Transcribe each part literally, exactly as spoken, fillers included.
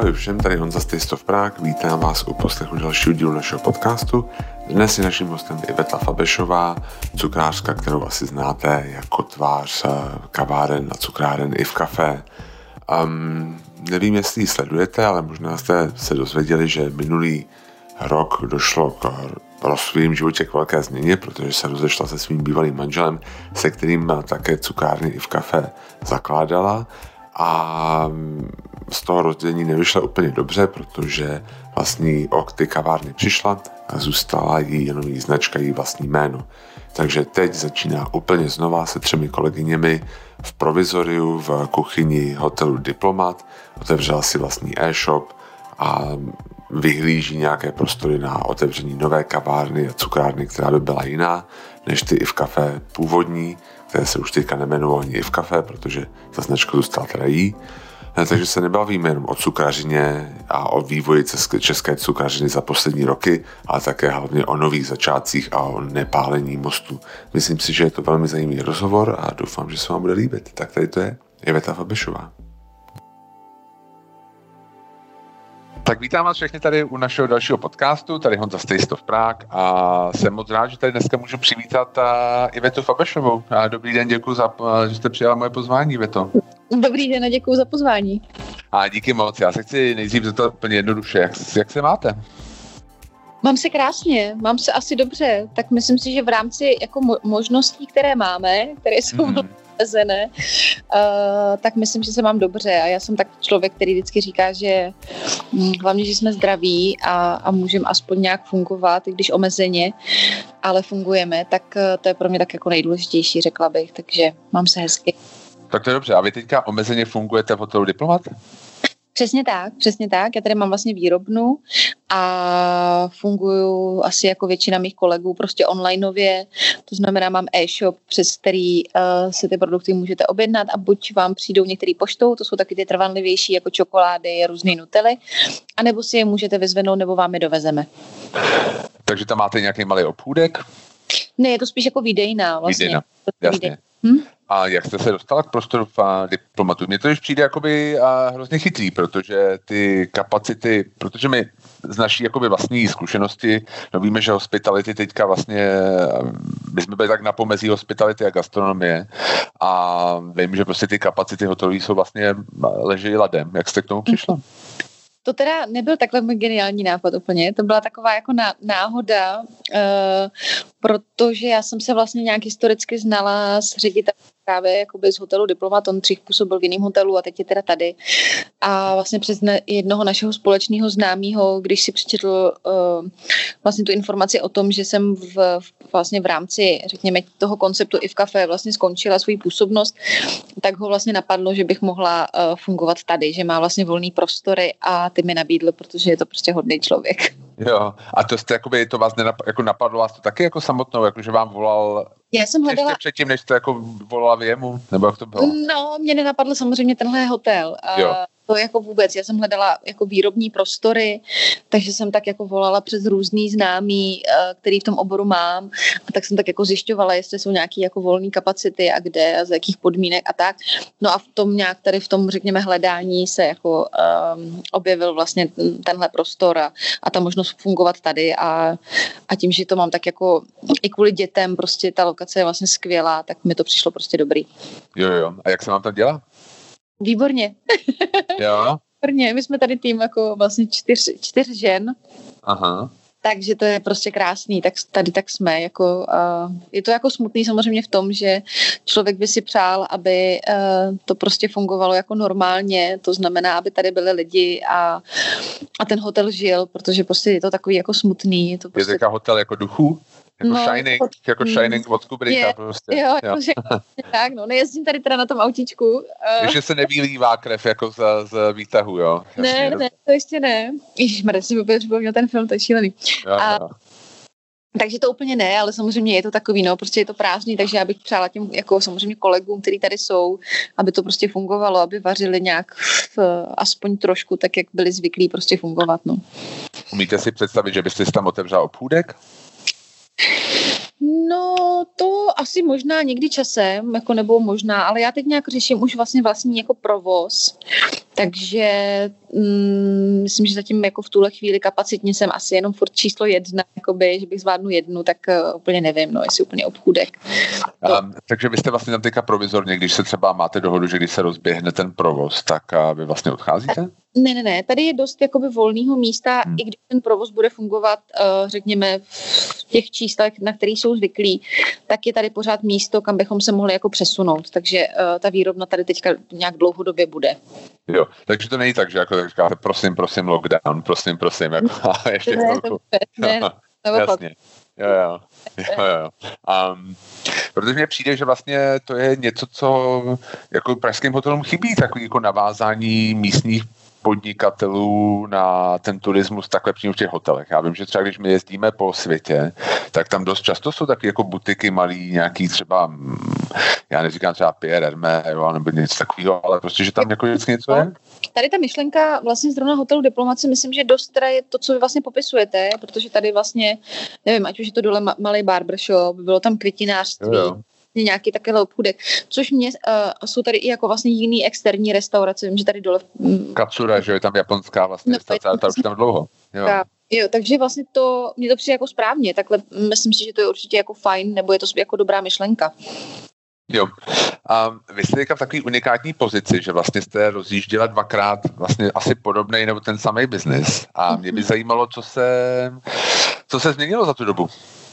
Ahoj všem, tady Honza z Taste of Prague, vítám vás u poslechu dalšího dílu našeho podcastu. Dnes je naším hostem Iveta Fabešová, cukrářka, kterou asi znáte jako tvář kaváren a cukráren i v kafe. Um, nevím, jestli ji sledujete, ale možná jste se dozvěděli, že minulý rok došlo k pro svým životě k velké změně, protože se rozešla se svým bývalým manželem, se kterým také cukárny i v kafe zakládala. A z toho rozdělení nevyšla úplně dobře, protože vlastní o ty kavárny přišla a zůstala jí jenom její značka, její vlastní jméno. Takže teď začíná úplně znova se třemi kolegyněmi v provizoriu v kuchyni hotelu Diplomat, otevřela si vlastní e-shop a vyhlíží nějaké prostory na otevření nové kavárny a cukrárny, která by byla jiná než ty i v kafe původní, které se už teďka nemenují ani i v kafe, protože ta značka zůstala teda jí. Takže se nebavíme jenom o cukrařině a o vývoji české cukrařiny za poslední roky, ale také hlavně o nových začátcích a o nepálení mostu. Myslím si, že je to velmi zajímavý rozhovor a doufám, že se vám bude líbit. Tak tady to je Iveta Fabešová. Tak vítám vás všechny tady u našeho dalšího podcastu, tady Honza z Taste of Prague a jsem moc rád, že tady dneska můžu přivítat Ivetu Fabešovou. Dobrý den, děkuji, za, že jste přijala moje pozvání, Iveto. Dobrý den a děkuji za pozvání. A díky moc, já se chci nejdřív zeptat úplně jednoduše, jak, jak se máte? Mám se krásně, mám se asi dobře, tak myslím si, že v rámci jako mo- možností, které máme, které jsou mm. omezené, uh, tak myslím, že se mám dobře a já jsem tak člověk, který vždycky říká, že hm, hlavně, že jsme zdraví a, a můžeme aspoň nějak fungovat, i když omezeně, ale fungujeme, tak uh, to je pro mě tak jako nejdůležitější, řekla bych, takže mám se hezky. Tak to je dobře, a vy teďka omezeně fungujete v hotelu Diplomat? Přesně tak, přesně tak. Já tady mám vlastně výrobnu a funguju asi jako většina mých kolegů prostě onlineově. To znamená, mám e-shop, přes který uh, si ty produkty můžete objednat a buď vám přijdou některý poštou, to jsou taky ty trvanlivější jako čokolády, různé nutely, anebo si je můžete vyzvednout, nebo vám je dovezeme. Takže tam máte nějaký malý obchůdek? Ne, je to spíš jako výdejná vlastně. Výdejná, jasně. Hm? A jak jste se dostala k prostoru v Diplomatu? Mně to už přijde jakoby a, hrozně chytrý, protože ty kapacity, protože my z naší jakoby vlastní zkušenosti, no víme, že hospitality teďka vlastně, my jsme byli tak na pomezí hospitality a gastronomie a vím, že prostě ty kapacity hotelové jsou vlastně leží ladem. Jak jste k tomu přišla? To teda nebyl takhle můj geniální nápad úplně, to byla taková jako náhoda, uh, protože já jsem se vlastně nějak historicky znala s ředitelem právě jakoby z hotelu Diplomat, on dřív působil v jiném hotelu a teď je teda tady. A vlastně přes jednoho našeho společného známého, když si přečetl uh, vlastně tu informaci o tom, že jsem v, vlastně v rámci, řekněme, toho konceptu i v kafe vlastně skončila svou působnost, tak ho vlastně napadlo, že bych mohla uh, fungovat tady, že má vlastně volný prostory a ty mi nabídl, protože je to prostě hodný člověk. Jo, a to jste jakoby, to vás nenap, jako napadlo vás to taky jako samotnou, jakože vám volal já jsem hledala... ještě předtím, než jste jako volala v jemu, nebo jak to bylo? No, mě nenapadl samozřejmě tenhle hotel. Jo. To jako vůbec. Já jsem hledala jako výrobní prostory, takže jsem tak jako volala přes různý známý, který v tom oboru mám. A tak jsem tak jako zjišťovala, jestli jsou nějaký jako volné kapacity a kde a z jakých podmínek a tak. No a v tom nějak tady v tom, řekněme, hledání se jako um, objevil vlastně tenhle prostor a, a ta možnost fungovat tady a, a tím, že to mám tak jako i kvůli dětem, prostě ta lokace je vlastně skvělá, tak mi to přišlo prostě dobrý. Jo, jo. A jak se vám tam dělá? Výborně. Jo. Výborně. My jsme tady tým jako vlastně čtyř, čtyř žen. Aha. Takže to je prostě krásný, tak tady tak jsme. Jako, uh, je to jako smutný samozřejmě v tom, že člověk by si přál, aby uh, to prostě fungovalo jako normálně, to znamená, aby tady byli lidi a, a ten hotel žil, protože prostě je to takový jako smutný. Je to prostě... Je to hotel jako duchů? Jako no, Shining, od, jako Shining od Kubricka je, prostě. Jo, jo. Že, tak, no, nejezdím tady teda na tom autíčku. Uh, že se nevylívá krev jako z, z výtahu, jo? Jasně, ne, ne, to ještě ne. Ježišmarja, si vůbec připomněl ten film, to je šílený. Jo, a, jo. Takže to úplně ne, ale samozřejmě je to takový, no, prostě je to prázdný, takže já bych přála těm jako samozřejmě kolegům, kteří tady jsou, aby to prostě fungovalo, aby vařili nějak v, aspoň trošku tak, jak byli zvyklí prostě fungovat, no. Umíte si představit, že byste si tam otevřela obchůdek? No, to asi možná někdy časem, jako nebo možná, ale já teď nějak řeším už vlastně vlastní jako provoz, takže mm, myslím, že zatím jako v tuhle chvíli kapacitně jsem asi jenom furt číslo jedna, jakoby, že bych zvládnu jednu, tak uh, úplně nevím, no, jestli úplně obchůdek. To... Um, takže vy jste vlastně tam teďka provizorně, když se třeba máte dohodu, že když se rozběhne ten provoz, tak uh, vy vlastně odcházíte? Ne, ne, ne, tady je dost jakoby volného místa, hmm. i když ten provoz bude fungovat, uh, řekněme, v těch číslech, na kterých jsou zvyklí, tak je tady pořád místo, kam bychom se mohli jako přesunout, takže uh, ta výrobna tady teďka nějak dlouhodobě bude. Jo, takže to není tak, že jako tak říkáte, prosím, prosím, lockdown, prosím, prosím, jako a ještě ne, chvilku. Ne, ne, jasně. Jo, jo, jo, jo. Um, protože mně přijde, že vlastně to je něco, co jako pražským hotelům chybí, takový jako navázání místních podnikatelů na ten turismus takhle přímo v těch hotelech. Já vím, že třeba když my jezdíme po světě, tak tam dost často jsou taky jako butiky malý, nějaký třeba, já neříkám třeba Pierre Hermé, jo, nebo něco takového, ale prostě, že tam jako vždycky něco je. Tady ta myšlenka vlastně zrovna hotelu Diplomacie, myslím, že dost teda je to, co vy vlastně popisujete, protože tady vlastně, nevím, ať už je to dole malý barbershop, bylo tam květinářství, jo, jo. nějaký takový obchůdek, což mě uh, jsou tady i jako vlastně jiný externí restaurace, vím, že tady dole... Um, Katsura, že je tam japonská vlastně no, restaurace, ale už tam dlouho. Jo. Jo, takže vlastně to, mně to přijde jako správně, takhle myslím si, že to je určitě jako fajn, nebo je to jako dobrá myšlenka. Jo. A vy jste v takové unikátní pozici, že vlastně jste rozjížděla dvakrát vlastně asi podobný nebo ten samý biznis. A mě by zajímalo, co se, co se změnilo za tu dobu.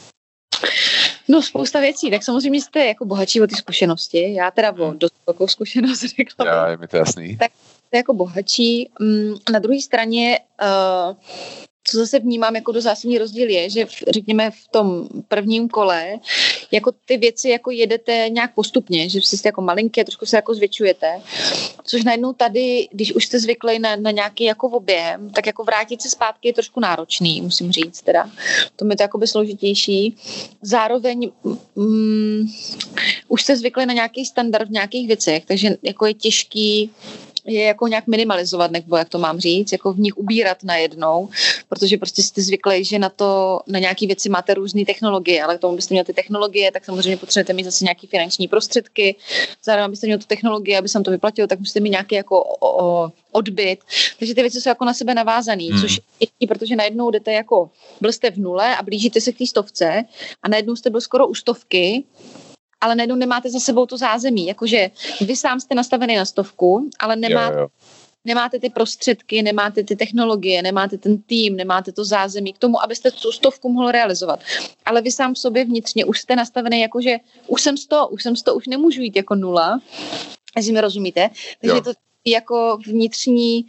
No spousta věcí, tak samozřejmě jste jako bohatší o ty zkušenosti, já teda o dost velkou zkušenost řekla. Já, je mi to jasný. Tak jste jako bohatší. Na druhé straně uh, co zase vnímám jako do zásadní rozdíl je, že v, řekněme v tom prvním kole jako ty věci jako jedete nějak postupně, že jste jako malinké, trošku se jako zvětšujete, což najednou tady, když už jste zvyklí na, na nějaký jako objem, tak jako vrátit se zpátky je trošku náročný, musím říct teda. To je to jakoby složitější. Zároveň mm, už jste zvyklí na nějaký standard v nějakých věcech, takže jako je těžký je jako nějak minimalizovat, nebo jak to mám říct, jako v nich ubírat najednou, protože prostě jste zvyklí, že na to, na nějaké věci máte různé technologie, ale k tomu byste měli ty technologie, tak samozřejmě potřebujete mít zase nějaké finanční prostředky, zároveň byste měli tu technologii, aby se to vyplatilo, tak musíte mít nějaký jako o, o, odbyt, takže ty věci jsou jako na sebe navázaný, hmm. což je, protože najednou jdete jako, byl jste v nule a blížíte se k té stovce a najednou jste byl skoro u stovky, ale najednou nemáte za sebou to zázemí, jakože vy sám jste nastavený na stovku, ale nemáte, jo, jo. nemáte ty prostředky, nemáte ty technologie, nemáte ten tým, nemáte to zázemí k tomu, abyste tu stovku mohl realizovat. Ale vy sám v sobě vnitřně už jste nastavený jakože už jsem sto, už jsem sto, už nemůžu jít jako nula, jestli mi rozumíte. Takže jo. Je to jako vnitřní.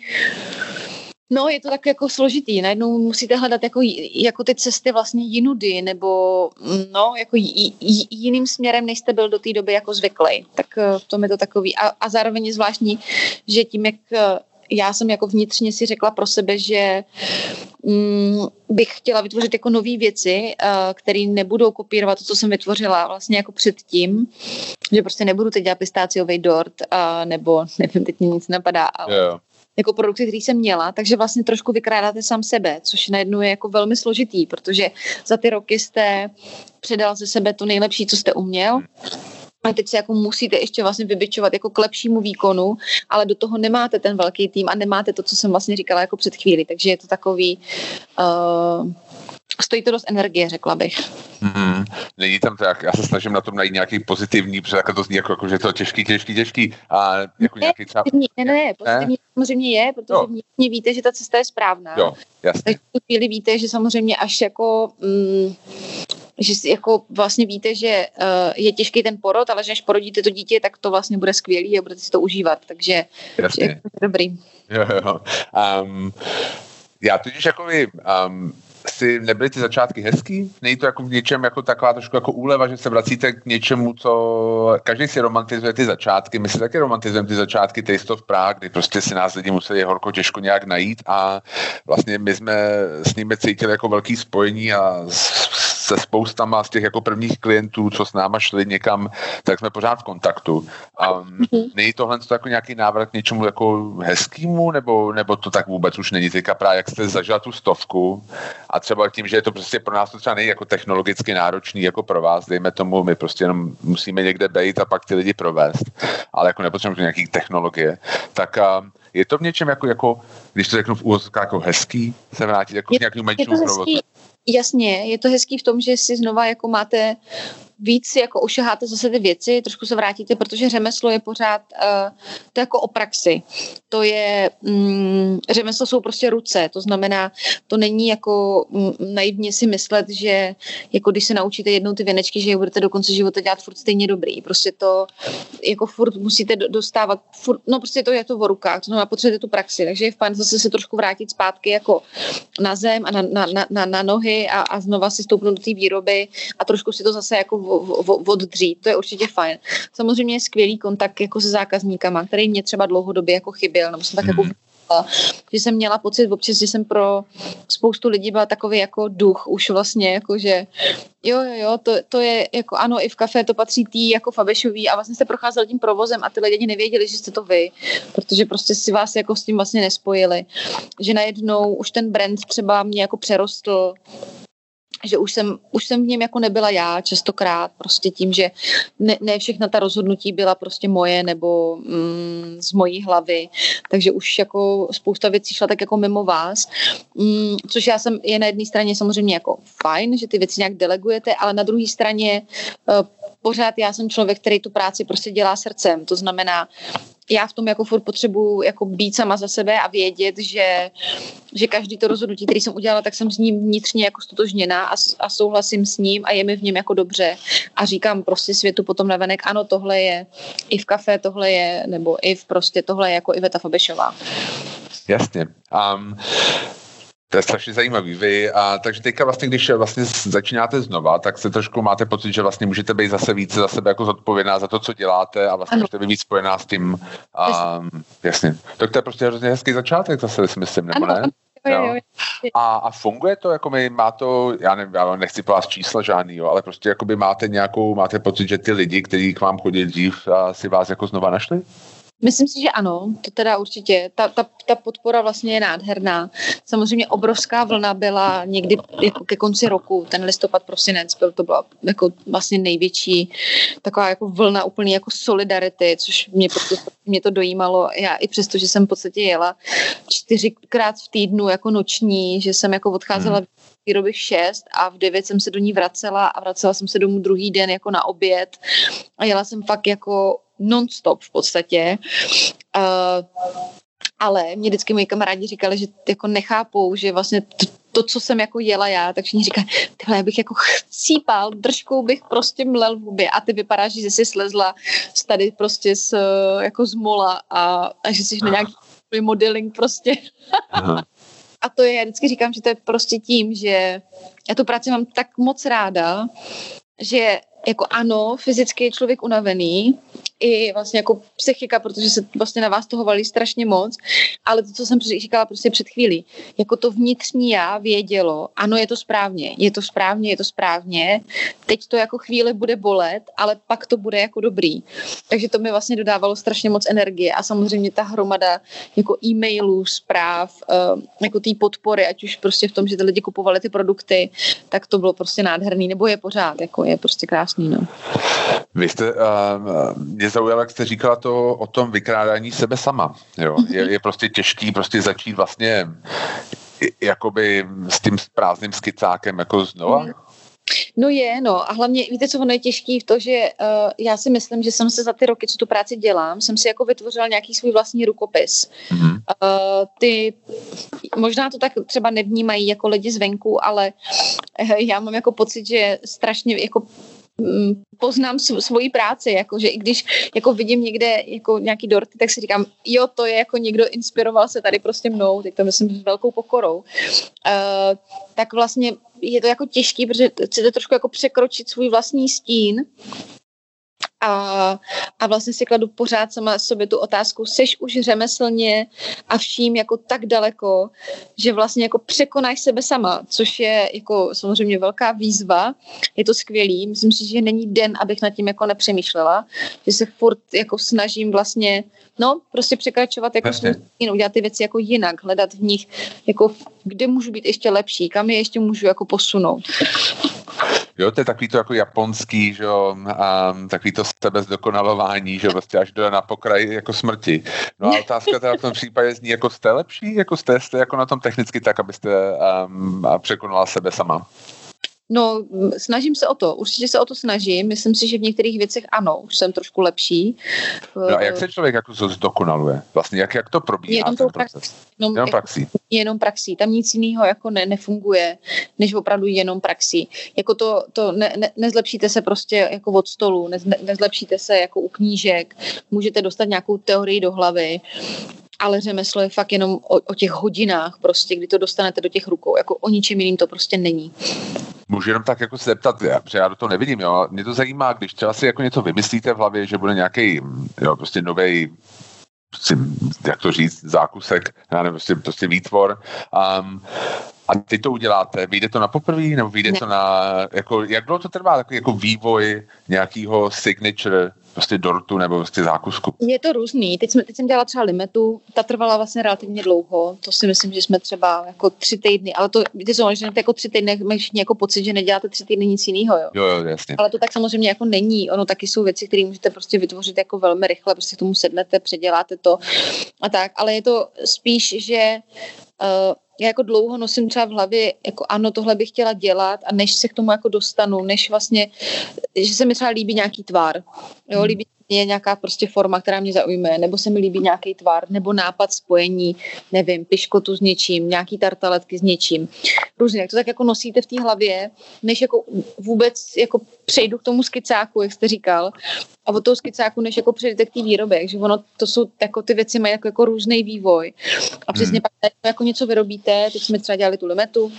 No, je to tak jako složitý. Najednou musíte hledat jako, jako ty cesty vlastně jinudy, nebo no, jako j, j, jiným směrem, než jste byl do té doby jako zvyklý. Tak v tom je to takový. A, a zároveň je zvláštní, že tím, jak já jsem jako vnitřně si řekla pro sebe, že mm, bych chtěla vytvořit jako nové věci, uh, které nebudou kopírovat to, co jsem vytvořila vlastně jako předtím, že prostě nebudu teď dělat pistáciový dort, uh, nebo nevím, teď mě nic napadá, ale yeah. jako produkty, který jsem měla, takže vlastně trošku vykrádáte sám sebe, což najednou je jako velmi složitý, protože za ty roky jste předal ze sebe to nejlepší, co jste uměl. A teď se jako musíte ještě vlastně vybičovat jako k lepšímu výkonu, ale do toho nemáte ten velký tým a nemáte to, co jsem vlastně říkala jako před chvíli. Takže je to takový... Uh, stojí to dost energie, řekla bych. Mm-hmm. Není tam tak, já se snažím na tom najít nějaký pozitivní, protože takhle to zní jako, jako že to je těžký, těžký, těžký. A jako ne, nějaký třeba... ne, ne, ne, pozitivní ne? samozřejmě je, protože jo. vnitřně víte, že ta cesta je správná. Jo, jasně. Takže v tu chvíli víte, že samozřejmě až jako... Mm, že si jako vlastně víte, že uh, je těžký ten porod, ale že až porodíte to dítě, tak to vlastně bude skvělý a budete si to užívat, takže jasně. je dobrý. Jo, jo. Um, já totiž jako vy, um, si nebyly ty začátky hezký? Není to jako v něčem jako taková trošku jako úleva, že se vracíte k něčemu, co každý si romantizuje ty začátky. My si taky romantizujeme ty začátky Taste of Prague, kdy prostě si nás lidi museli horko těžko nějak najít a vlastně my jsme s nimi cítili jako velký spojení a se spoustama z těch jako prvních klientů, co s náma šli někam, tak jsme pořád v kontaktu. Um, není tohle to jako nějaký návrh k něčemu jako hezkýmu, nebo, nebo to tak vůbec už není teďka právě, jak jste zažila tu stovku a třeba tím, že je to prostě pro nás to třeba není jako technologicky náročný jako pro vás, dejme tomu, my prostě jenom musíme někde bejt a pak ty lidi provést, ale jako nepotřebujeme nějaký technologie, tak um, Je to v něčem jako, jako když to řeknu v úvozovkách, jako hezký, se vrátit jako je, k nějakému menšímu provozu? Jasně, je to hezký v tom, že si znova jako máte víc si jako ošaháte zase ty věci, trošku se vrátíte, protože řemeslo je pořád, uh, to je jako o praxi. To je, um, řemeslo jsou prostě ruce, to znamená, to není jako um, naivně si myslet, že jako když se naučíte jednou ty věnečky, že je budete do konce života dělat furt stejně dobrý. Prostě to jako furt musíte dostávat, furt, no prostě to je to v rukách, to znamená, potřebujete tu praxi, takže je fajn zase se trošku vrátit zpátky jako na zem a na, na, na, na, na nohy a, a znova si stoupnout do té výroby a trošku si to zase jako oddřít, to je určitě fajn. Samozřejmě je skvělý kontakt jako se zákazníkama, který mě třeba dlouhodobě jako chyběl, nebo jsem tak jako že jsem měla pocit občas, že jsem pro spoustu lidí byla takový jako duch už vlastně, jako že jo, jo, jo, to, to je jako ano, i v kafe to patří tý jako Fabešový a vlastně jste procházeli tím provozem a ty lidi nevěděli, že jste to vy, protože prostě si vás jako s tím vlastně nespojili. Že najednou už ten brand třeba mě jako přerostl, že už jsem, už jsem v něm jako nebyla já častokrát, prostě tím, že ne, ne všechna ta rozhodnutí byla prostě moje nebo mm, z mojí hlavy, takže už jako spousta věcí šla tak jako mimo vás, mm, což já jsem, je na jedné straně samozřejmě jako fajn, že ty věci nějak delegujete, ale na druhé straně uh, pořád já jsem člověk, který tu práci prostě dělá srdcem, to znamená, já v tom jako furt potřebuji jako být sama za sebe a vědět, že, že každý to rozhodnutí, který jsem udělala, tak jsem s ním vnitřně jako stotožněná a, a souhlasím s ním a je mi v něm jako dobře a říkám prostě světu potom navenek, ano, tohle je i v kafe, tohle je, nebo i v prostě tohle je jako Iveta Fabešová. Jasně. Um... To je strašně zajímavý. Vy, a, takže teďka vlastně, když vlastně začínáte znova, tak se trošku máte pocit, že vlastně můžete být zase více za sebe jako zodpovědná za to, co děláte a vlastně ano. můžete být víc spojená s tím. A, jasně. Tak to je prostě hrozně hezký začátek zase, si myslím, nebo ano, ne? Jo, jo, jo. A, a funguje to, jako my má to, já nevím, já nechci po vás čísla žádný, jo, ale prostě jakoby máte nějakou, máte pocit, že ty lidi, kteří k vám chodili dřív, si vás jako znova našli? Myslím si, že ano, to teda určitě. Ta, ta, ta podpora vlastně je nádherná. Samozřejmě obrovská vlna byla někdy jako ke konci roku, ten listopad, prosinec, byl to byla jako vlastně největší taková jako vlna úplně jako solidarity, což mě, mě to dojímalo. Já i přesto, že jsem v podstatě jela čtyřikrát v týdnu jako noční, že jsem jako odcházela hmm. výroby v šest a v devět jsem se do ní vracela a vracela jsem se domů druhý den jako na oběd a jela jsem fakt jako non-stop v podstatě. Uh, ale mě vždycky moji kamarádi říkali, že jako nechápou, že vlastně to, to co jsem jako jela já, tak všichni říkají, tyhle, já bych jako chcípal, držkou bych prostě mlel v hubě a ty vypadáš, že jsi slezla z tady prostě z, jako z mola a, a že jsi na nějaký modeling prostě. A to je, já vždycky říkám, že to je prostě tím, že já tu práci mám tak moc ráda, že jako ano, fyzicky je člověk unavený, i vlastně jako psychika, protože se vlastně na vás toho valí strašně moc, ale to, co jsem říkala prostě před chvílí, jako to vnitřní já vědělo, ano, je to správně, je to správně, je to správně, teď to jako chvíli bude bolet, ale pak to bude jako dobrý. Takže to mi vlastně dodávalo strašně moc energie a samozřejmě ta hromada jako e-mailů, zpráv, jako té podpory, ať už prostě v tom, že ty lidi kupovali ty produkty, tak to bylo prostě nádherný, nebo je pořád, jako je prostě krásný, no. Vy jste, uh, mě zaujalo, jak jste říkala to o tom vykrádání sebe sama, jo. Je, je prostě těžký prostě začít vlastně jakoby s tím prázdným skicákem jako znova? No je, no a hlavně, víte, co ono je těžký v to, že uh, já si myslím, že jsem se za ty roky, co tu práci dělám, jsem si jako vytvořila nějaký svůj vlastní rukopis. Mm-hmm. Uh, ty, možná to tak třeba nevnímají jako lidi zvenku, ale uh, já mám jako pocit, že strašně jako poznám svoji práci, jako, že i když jako vidím někde jako nějaký dorty, tak si říkám, jo, to je jako někdo inspiroval se tady prostě mnou, teď to myslím s velkou pokorou. Uh, tak vlastně je to jako těžký, protože chcete trošku jako překročit svůj vlastní stín a, a vlastně si kladu pořád sama sobě tu otázku, seš už řemeslně a vším jako tak daleko, že vlastně jako překonáš sebe sama, což je jako samozřejmě velká výzva, je to skvělý, myslím si, že není den, abych nad tím jako nepřemýšlela, že se furt jako snažím vlastně, no prostě překračovat jako svůj stín, udělat ty věci jako jinak, hledat v nich jako kde můžu být ještě lepší, kam je ještě můžu jako posunout. Jo, to je takový to jako japonský, že jo, um, takový to sebezdokonalování, že jo, prostě až do na pokraj jako smrti. No a otázka teda v tom případě zní, jako jste lepší, jako jste, jste jako na tom technicky tak, abyste um, překonala sebe sama. No, snažím se o to, určitě se o to snažím, myslím si, že v některých věcech ano, už jsem trošku lepší. No a jak se člověk jako zdokonaluje? Vlastně jak, jak to probíhá jenom ten praxi, proces? Jenom, jenom praxí. Jenom praxí, tam nic jiného jako ne, nefunguje, než opravdu jenom praxí. Jako to, to ne, ne, nezlepšíte se prostě jako od stolu, ne, nezlepšíte se jako u knížek, můžete dostat nějakou teorii do hlavy, ale řemeslo je fakt jenom o, o těch hodinách prostě, kdy to dostanete do těch rukou, jako o ničem jiným to prostě není. Můžu jenom tak jako se zeptat, protože já do toho nevidím, jo. Mě to zajímá, když třeba si jako něco vymyslíte v hlavě, že bude nějaký, jo, prostě novej, prostě, jak to říct, zákusek, já nevím, prostě, prostě výtvor. Um, a teď to uděláte, vyjde to na poprvé, nebo vyjde ne. to na, jako, jak dlouho to trvá, takový jako vývoj nějakého signature, prostě dortu nebo prostě zákusku? Je to různý. Teď, jsme, teď jsem dělala třeba limetu, ta trvala vlastně relativně dlouho, to si myslím, že jsme třeba jako tři týdny, ale to, víte co, že jako tři týdny máš jako pocit, že neděláte tři týdny nic jiného, jo. Jo, jo, jasně. Ale to tak samozřejmě jako není, ono taky jsou věci, které můžete prostě vytvořit jako velmi rychle, prostě k tomu sednete, předěláte to a tak, ale je to spíš, že uh, já jako dlouho nosím třeba v hlavě, jako ano, tohle bych chtěla dělat a než se k tomu jako dostanu, než vlastně, že se mi třeba líbí nějaký tvar, jo, líbí je nějaká prostě forma, která mě zaujme, nebo se mi líbí nějaký tvar, nebo nápad spojení, nevím, piškotu s něčím, nějaký tartaletky s něčím. Různě, jak to tak jako nosíte v té hlavě, než jako vůbec jako přejdu k tomu skicáku, jak jste říkal, a od toho skicáku, než jako přejdete k té výrobě, takže ono, to jsou, jako ty věci mají jako, jako různý vývoj. A přesně hmm. pak jako něco vyrobíte, teď jsme třeba dělali tu limetu,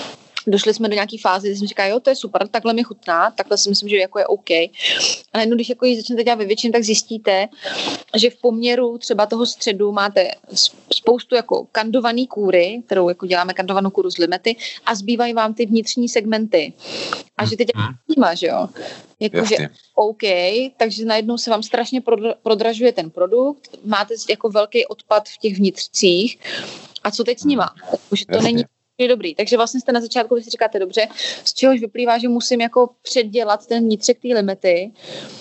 došli jsme do nějaký fáze, kdy jsem říkala, jo, to je super, takhle mi chutná, takhle si myslím, že jako je OK. A najednou, když jako ji začnete dělat ve většině, tak zjistíte, že v poměru třeba toho středu máte spoustu jako kandovaný kůry, kterou jako děláme kandovanou kůru z limety, a zbývají vám ty vnitřní segmenty. A že teď jako že jo. Jakože OK, takže najednou se vám strašně prodražuje ten produkt, máte jako velký odpad v těch vnitřcích. A co teď s nima? Už to není je dobrý. Takže vlastně jste na začátku, vy si říkáte dobře, z čehož vyplývá, že musím jako předdělat ten vnitřek té limety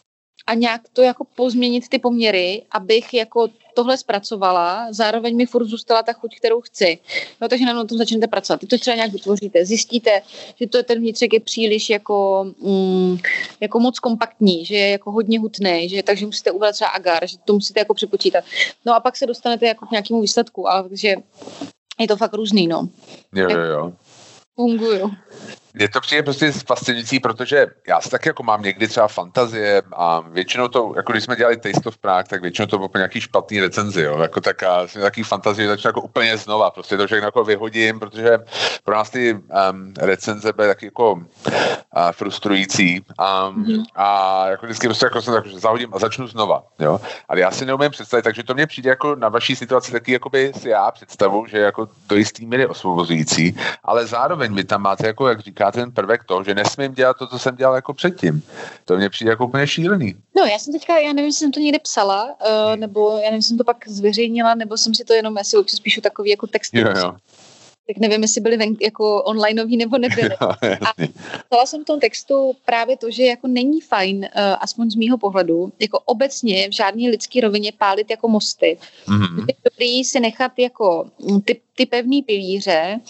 a nějak to jako pozměnit ty poměry, abych jako tohle zpracovala, zároveň mi furt zůstala ta chuť, kterou chci. No, takže na tom začnete pracovat. Ty to třeba nějak vytvoříte. Zjistíte, že to, ten vnitřek je příliš jako, mm, jako moc kompaktní, že je jako hodně hutný, že takže musíte ubrat třeba agar, že to musíte jako přepočítat. No a pak se dostanete jako k nějakému výsledku, ale takže je to fakt různý, no. Jo, jo, jo. Funguju. Je to přijde prostě fascinující, protože já si taky jako mám někdy třeba fantazie a většinou to, jako když jsme dělali Taste of Prague, tak většinou to bylo nějaký špatný recenzi, jo, jako taká, takový fantazie začne jako úplně znova, prostě to všechno jako vyhodím, protože pro nás ty um, recenze byly taky jako uh, frustrující um, mm-hmm. a jako vždycky prostě jako jsem tak, že zahodím a začnu znova, jo, ale já si neumím představit, takže to mně přijde jako na vaší situaci taky jakoby si já představu, že jako do jistý míry osvobozující, ale zároveň vy tam máte jako, jak říká ten prvek to, že nesmím dělat to, co jsem dělal jako předtím. To mě přijde jako úplně šílený. No, já jsem teďka, já nevím, jestli jsem to někde psala, uh, nebo já nevím, jestli jsem to pak zveřejnila, nebo jsem si to jenom, já si občas píšu takový jako texty. Jo, jo. Tak nevím, jestli byly ven, jako onlineový nebo nebyly. Jo, a psala jsem v tom textu právě to, že jako není fajn, uh, aspoň z mýho pohledu, jako obecně v žádné lidské rovině pálit jako mosty. Mm-hmm. Je dobrý si nechat jako ty, ty pevný pilíře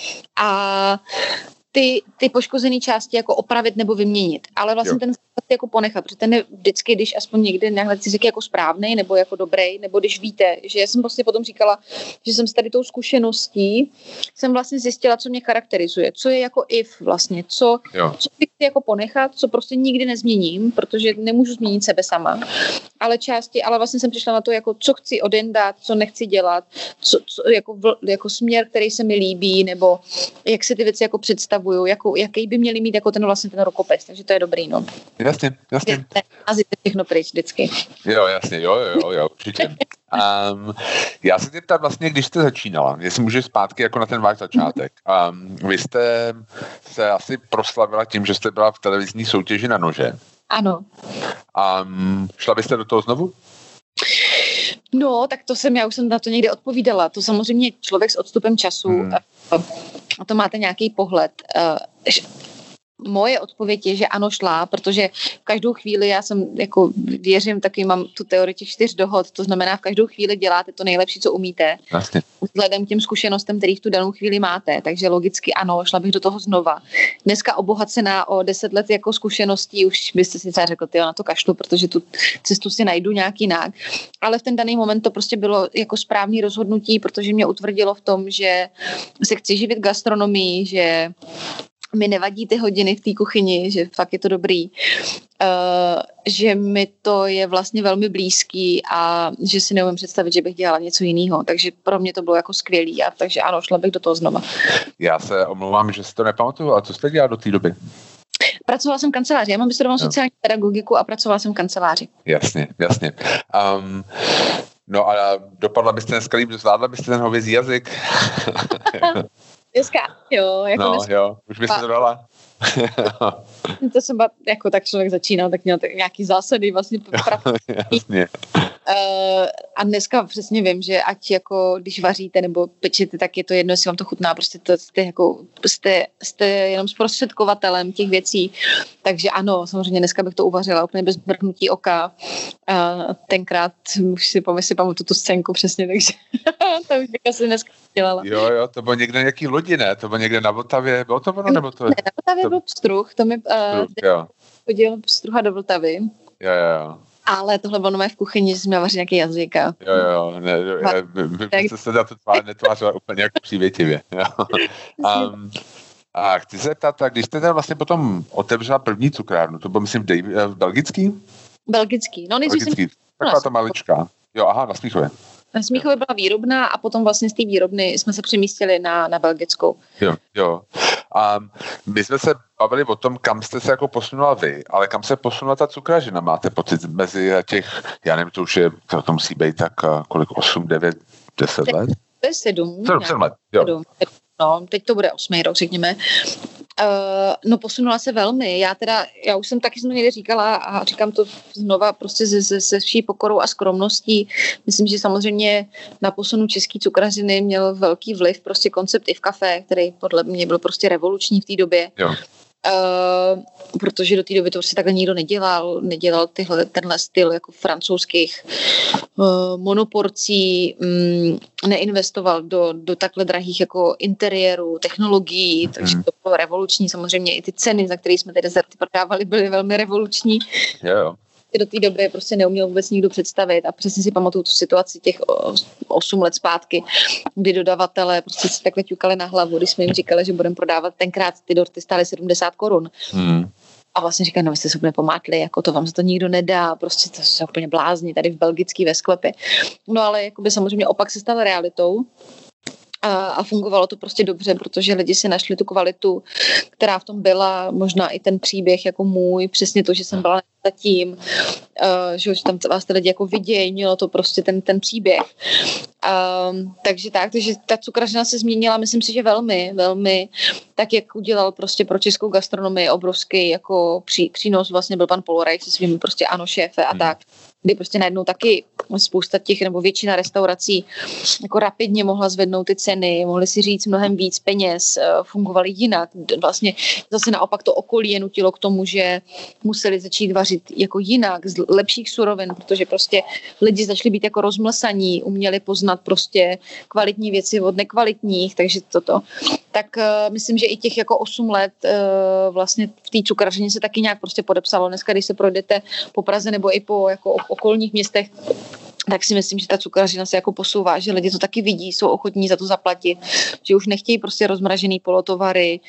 a ty, ty poškozené části jako opravit nebo vyměnit, ale vlastně jo. ten jako ponechat, protože ten je vždycky, když aspoň někde náhle cizek jako správnej nebo jako dobrý, nebo když víte, že já jsem vlastně potom říkala, že jsem s tady tou zkušeností jsem vlastně zjistila, co mě charakterizuje, co je jako if vlastně, co, co bych chci jako ponechat, co prostě nikdy nezměním, protože nemůžu změnit sebe sama, ale části, ale vlastně jsem přišla na to, jako co chci odendat, co nechci dělat, co, co jako, vl, jako směr, který se mi líbí, nebo jak si ty věci jako představuju, jako, jaký by měli mít jako ten vlastně ten rukopis, takže to je dobrý, no. Jasně, jasně. A zjistit všechno pryč vždycky. Jo, jasně, jo, jo, jo, určitě. Um, já se tě ptám vlastně, když jste začínala, jestli můžeš zpátky jako na ten váš začátek. Um, vy jste se asi proslavila tím, že jste byla v televizní soutěži na nože. Ano. Um, šla byste do toho znovu? No, tak to jsem, já už jsem na to někde odpovídala. To samozřejmě člověk s odstupem času, hmm. a to máte nějaký pohled. moje odpověď je, že ano, šla, protože v každou chvíli já jsem, jako věřím, taky mám tu teorii těch čtyř dohod, to znamená, v každou chvíli děláte to nejlepší, co umíte, Vlastně. vzhledem k těm zkušenostem, který v tu danou chvíli máte, takže logicky ano, šla bych do toho znova. Dneska obohacená o deset let jako zkušeností, už byste si třeba řekl, tyjo, na to kašlu, protože tu cestu si najdu nějak jinak, ale v ten daný moment to prostě bylo jako správný rozhodnutí, protože mě utvrdilo v tom, že se chci živit gastronomii, že mi nevadí ty hodiny v té kuchyni, že fakt je to dobrý, uh, že mi to je vlastně velmi blízký a že si neumím představit, že bych dělala něco jiného. Takže pro mě to bylo jako skvělý a takže ano, šla bych do toho znova. Já se omlouvám, že si to nepamatuju, a co jste dělala do té doby? Pracovala jsem v kanceláři, já mám vystudovanou no. sociální pedagogiku a pracovala jsem v kanceláři. Jasně, jasně. Um, no a dopadla byste dneska líp, zvládla byste ten hovězí jazyk? Dneska, jo. Jako no, dneska, jo, už byste to dala? To jsem jako tak člověk začínal, tak měl tak nějaký zásady vlastně. Jasně. Uh, a dneska přesně vím, že ať jako když vaříte nebo pečete, tak je to jedno, jestli vám to chutná, prostě to jste, jako, jste, jste jenom zprostředkovatelem těch věcí, takže ano, samozřejmě dneska bych to uvařila úplně bez mrknutí oka. Uh, tenkrát už si si pamatuju tu scénku přesně, takže to už bych asi dneska dělala. Jo, jo, to bylo někde nějaký lodi, ne? To bylo někde na Vltavě, bylo to ono, nebo to? Ne, na Vltavě to... byl Pstruh, to mi uh, Pstruh, chodil Pstruha do Vltavy. Jo, jo, jo. Ale tohle bylo v kuchyni, že jsme vařili nějaký jazyk. A... Jo, jo, ne, vy, vy byste se na to netvářila úplně jako přívětivě. um, a chci se ptát, když jste tam vlastně potom otevřela první cukrárnu, to bylo, myslím, v belgický? Belgický, no nejdřív jsem... Taková ta maličká. Jo, aha, na Smíchově. Na Smíchově byla výrobná a potom vlastně z té výrobny jsme se přemístili na, na belgickou. Jo, jo. A my jsme se bavili o tom, kam jste se jako posunula vy, ale kam se posunula ta cukrařina, máte pocit mezi těch, já nevím, to už je, to musí být tak kolik, osm, devět, deset let? To je sedm. sedm, sedm let, jo. sedm. No, teď to bude osmý rok, řekněme. Uh, no posunula se velmi. Já teda, já už jsem taky jsem někde říkala a říkám to znova prostě se, se, se vší pokorou a skromností. Myslím, že samozřejmě na posunu český cukrařiny měl velký vliv prostě koncept i v kafe, který podle mě byl prostě revoluční v té době. Jo. Uh, protože do té doby to prostě takhle nikdo nedělal, nedělal tyhle, tenhle styl jako francouzských uh, monoporcí, um, neinvestoval do, do takhle drahých jako interiérů, technologií, mm. takže to bylo revoluční, samozřejmě i ty ceny, za které jsme ty dezerty prodávali, byly velmi revoluční. Jo. Do té doby prostě neuměl vůbec nikdo představit a přesně si pamatuju tu situaci těch osm let zpátky, kdy dodavatelé prostě si takhle ťukali na hlavu, když jsme jim říkali, že budeme prodávat, tenkrát ty dorty stály sedmdesát korun. Hmm. A vlastně říkají, no vy jste se úplně pomátli, jako to vám se to nikdo nedá, prostě to jsou úplně blázni tady v belgický ve sklepě. No ale jakoby samozřejmě opak se stal realitou. A, a fungovalo to prostě dobře, protože lidi si našli tu kvalitu, která v tom byla, možná i ten příběh jako můj, přesně to, že jsem byla zatím, uh, že tam vás ty lidi jako vidějí, mělo to prostě ten, ten příběh. Um, takže tak, takže ta cukrařina se změnila, myslím si, že velmi, velmi, tak jak udělal prostě pro českou gastronomii obrovský jako pří, přínos, vlastně byl pan Polorajch se svými prostě ano šéfe a hmm. tak, kdy prostě najednou taky spousta těch, nebo většina restaurací jako rapidně mohla zvednout ty ceny, mohli si říct mnohem víc peněz, fungovaly jinak. Vlastně zase naopak to okolí je nutilo k tomu, že museli začít vařit jako jinak, z lepších surovin, protože prostě lidi začali být jako rozmlsaní, uměli poznat prostě kvalitní věci od nekvalitních, takže toto. Tak uh, myslím, že i těch jako osm let uh, vlastně v té cukrařině se taky nějak prostě podepsalo. Dneska, když se projdete po Praze nebo i po jako okolních městech, tak si myslím, že ta cukrařina se jako posouvá, že lidi to taky vidí, jsou ochotní za to zaplatit, že už nechtějí prostě rozmražený polotovary,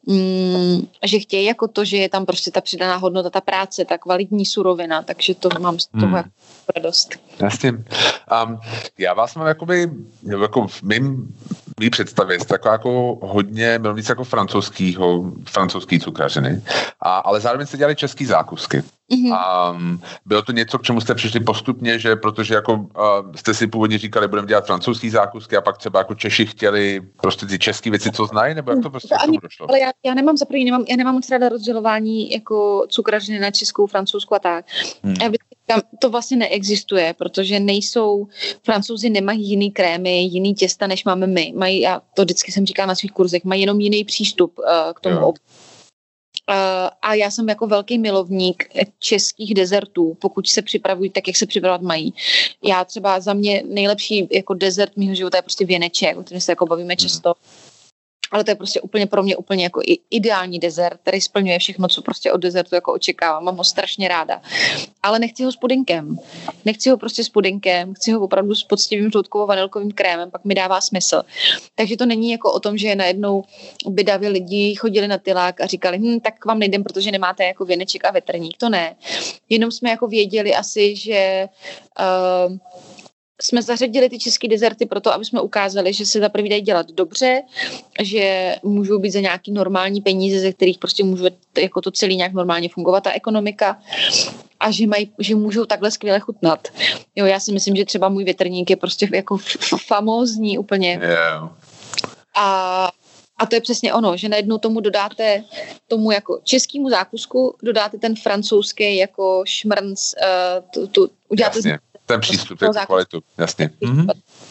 mm, že chtějí jako to, že je tam prostě ta přidaná hodnota, ta práce, ta kvalitní surovina, takže to mám z toho hmm. jako radost. Jasně. Um, já vás mám jakoby, jako v mým mý představě, jste jako, jako hodně, bylo víc jako francouzskýho, francouzský cukrařiny, a, ale zároveň jste dělali český zákusky. Mm-hmm. Um, bylo to něco, k čemu jste přišli postupně, že protože jako uh, jste si původně říkali, budeme dělat francouzský zákusky a pak třeba jako Češi chtěli prostě ty české věci, co znají, nebo jak to prostě to k tomu došlo? Ale já, já nemám za první, nemám, já nemám moc ráda rozdělování jako cukrařiny na českou, francouzskou a tak. Hmm. Já říkám, to vlastně neexistuje, protože nejsou, Francouzi nemají jiný krémy, jiný těsta, než máme my. Mají, já to vždycky jsem říkala na svých kurzech, mají jenom jiný přístup uh, k tomu. a já jsem jako velký milovník českých dezertů, pokud se připravují tak, jak se připravovat mají. Já třeba za mě nejlepší jako dezert mýho života je prostě věneček, o kterém se jako bavíme často. Ale to je prostě úplně pro mě úplně jako ideální dezert, který splňuje všechno, co prostě od dezertu jako očekávám. Mám ho strašně ráda. Ale nechci ho s pudinkem. Nechci ho prostě s pudinkem, chci ho opravdu s poctivým žloutkovo-vanilkovým krémem, pak mi dává smysl. Takže to není jako o tom, že najednou by davy lidi chodili na tylák a říkali, hm, tak k vám nejdem, protože nemáte jako věneček a vetrník. To ne. Jenom jsme jako věděli asi, že uh, jsme zařadili ty české dezerty proto, aby jsme ukázali, že se za prvý dají dělat dobře, že můžou být za nějaký normální peníze, ze kterých prostě můžou jako to celý nějak normálně fungovat ta ekonomika a že, mají, že můžou takhle skvěle chutnat. Jo, já si myslím, že třeba můj větrník je prostě jako f- famózní úplně. Yeah. A A to je přesně ono, že najednou tomu dodáte, tomu jako českému zákusku, dodáte ten francouzský jako šmrnc, uh, tu, tu, uděláte Jasně, ten přístup, tu kvalitu, jasně. Mhm.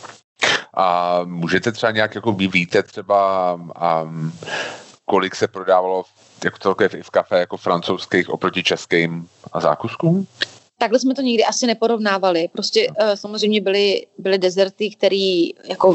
A můžete třeba nějak, jako vy víte třeba, um, kolik se prodávalo jako celkově v kafe jako francouzských oproti českým zákuskům? Takhle jsme to nikdy asi neporovnávali. Prostě uh, samozřejmě byly, byly dezerty, které jako